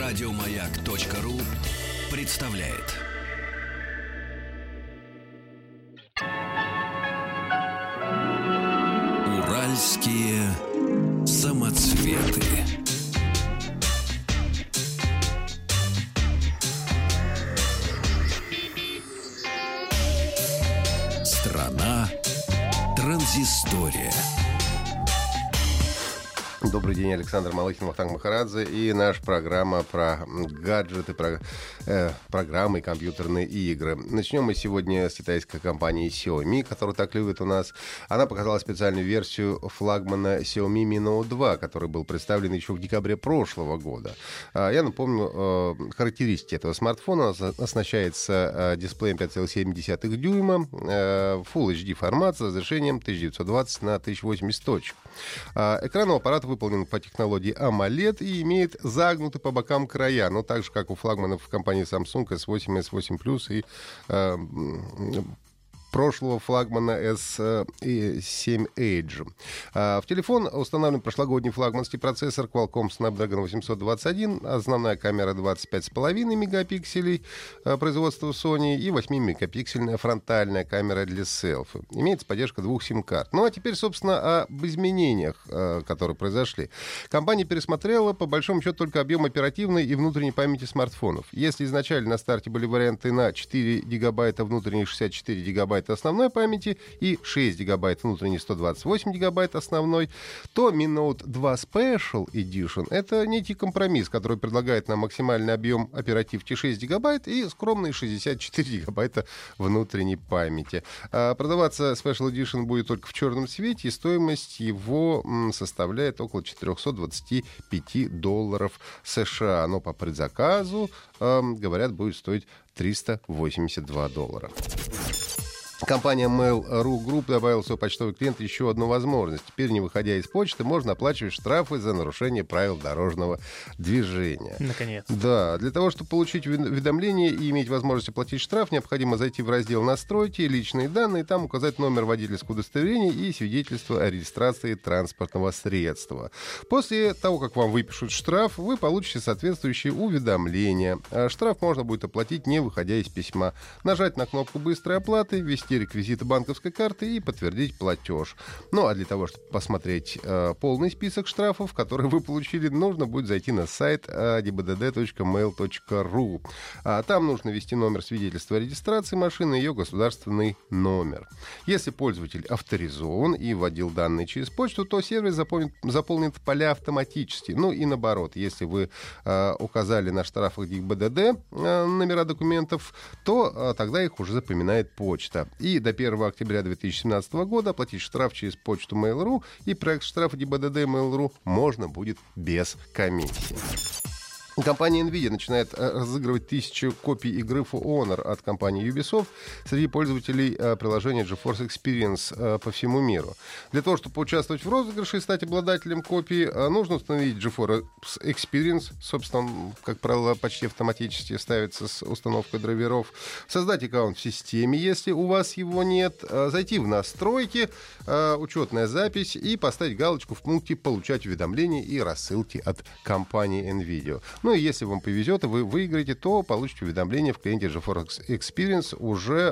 Радиомаяк.ру представляет. Уральские самоцветы. Страна транзистория. Добрый день, Александр Малыхин, Вахтанг Махарадзе и наша программа про гаджеты, программы и компьютерные игры. Начнем мы сегодня с китайской компании Xiaomi, которую так любят у нас. Она показала специальную версию флагмана Xiaomi Mi Note 2, который был представлен еще в декабре прошлого года. Я напомню характеристики этого смартфона. Он оснащается дисплеем 5,7 дюйма, Full HD формат с разрешением 1920 на 1080 точек. Экран у аппарата выполнен по технологии AMOLED и имеет загнуты по бокам края, но так же, как у флагманов компании Samsung S8, S8 Plus и прошлого флагмана S7 Edge. В телефон установлен прошлогодний флагманский процессор Qualcomm Snapdragon 821, основная камера 25,5 мегапикселей производства Sony и 8-мегапиксельная фронтальная камера для селфи. Имеется поддержка двух сим-карт. Ну а теперь, собственно, об изменениях, которые произошли. Компания пересмотрела, по большому счету, только объем оперативной и внутренней памяти смартфонов. Если изначально на старте были варианты на 4 гигабайта внутренней, 64 гигабайта основной памяти и 6 гигабайт внутренней, 128 гигабайт основной, то Mi Note 2 Special Edition — это некий компромисс, который предлагает нам максимальный объем оперативки 6 гигабайт и скромные 64 гигабайта внутренней памяти. Продаваться Special Edition будет только в черном цвете, и стоимость его составляет около $425 США. Но по предзаказу, говорят, будет стоить $382. Компания Mail.ru Group добавила в свой почтовый клиент еще одну возможность. Теперь, не выходя из почты, можно оплачивать штрафы за нарушение правил дорожного движения. Наконец. Да, для того, чтобы получить уведомление и иметь возможность оплатить штраф, необходимо зайти в раздел «Настройки», «Личные данные», там указать номер водительского удостоверения и свидетельство о регистрации транспортного средства. После того, как вам выпишут штраф, вы получите соответствующее уведомление. Штраф можно будет оплатить, не выходя из письма. Нажать на кнопку быстрой оплаты, ввести реквизиты банковской карты и подтвердить платеж. Ну, а для того, чтобы посмотреть полный список штрафов, которые вы получили, нужно будет зайти на сайт dbdd.mail.ru. Там нужно ввести номер свидетельства о регистрации машины и ее государственный номер. Если пользователь авторизован и вводил данные через почту, то сервис заполнит поля автоматически. Ну и наоборот, если вы указали на штрафах ГИБДД номера документов, то тогда их уже запоминает почта. И до 1 октября 2017 года оплатить штраф через почту Mail.ru и проект штрафа ГИБДД Mail.ru можно будет без комиссии. Компания NVIDIA начинает разыгрывать 1000 копий игры For Honor от компании Ubisoft среди пользователей приложения GeForce Experience по всему миру. Для того, чтобы поучаствовать в розыгрыше и стать обладателем копии, нужно установить GeForce Experience. Собственно, как правило, почти автоматически ставится с установкой драйверов. Создать аккаунт в системе, если у вас его нет. Зайти в настройки, учетная запись и поставить галочку в пункте «Получать уведомления и рассылки от компании NVIDIA». Ну и если вам повезет и вы выиграете, то получите уведомление в клиенте GeForce Experience уже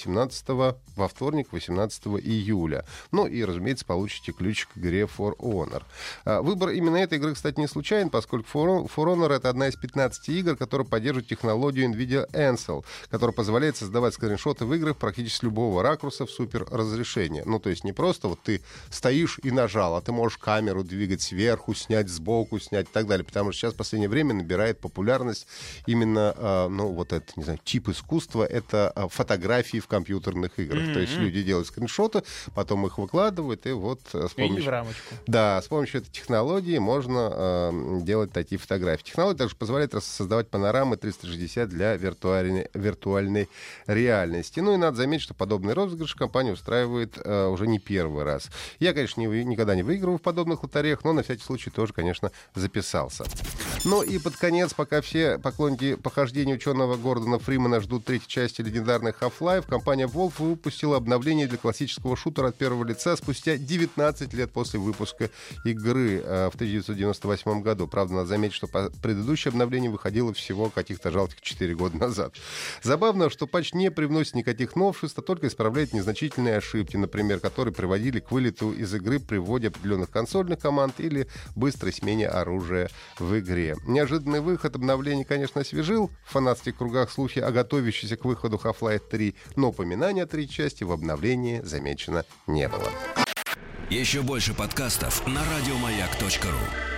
во вторник, 18 июля. Ну и, разумеется, получите ключ к игре For Honor. Выбор именно этой игры, кстати, не случайен, поскольку For Honor — это одна из 15 игр, которая поддерживает технологию NVIDIA Ansel, которая позволяет создавать скриншоты в играх практически с любого ракурса в суперразрешение. Ну, то есть не просто вот ты стоишь и нажал, а ты можешь камеру двигать сверху, снять сбоку, снять и так далее. Потому что сейчас в последнее время набирает популярность именно, вот этот, не знаю, тип искусства — это фотографии в компьютерных играх. То есть люди делают скриншоты, потом их выкладывают, и вот с помощью... И в рамочку. Да, с помощью этой технологии можно делать такие фотографии. Технология также позволяет создавать панорамы 360 для виртуальной реальности. Ну и надо заметить, что подобный розыгрыш компания устраивает уже не первый раз. Я, конечно, никогда не выигрывал в подобных лотереях, но на всякий случай тоже, конечно, записался. Ну и под конец, пока все поклонники похождений ученого Гордона Фримана ждут третьей части легендарной Half-Life, компания Valve выпустила обновление для классического шутера от первого лица спустя 19 лет после выпуска игры в 1998 году. Правда, надо заметить, что предыдущее обновление выходило всего каких-то жалких 4 года назад. Забавно, что патч не привносит никаких новшеств, а только исправляет незначительные ошибки, например, которые приводили к вылету из игры при вводе определенных консольных команд или быстрой смене оружия в игре. Неожиданный выход обновления, конечно, освежил в фанатских кругах слухи о готовящейся к выходу Half-Life 3, но упоминания о третьей части в обновлении замечено не было. Еще больше подкастов на радиомаяк.ру.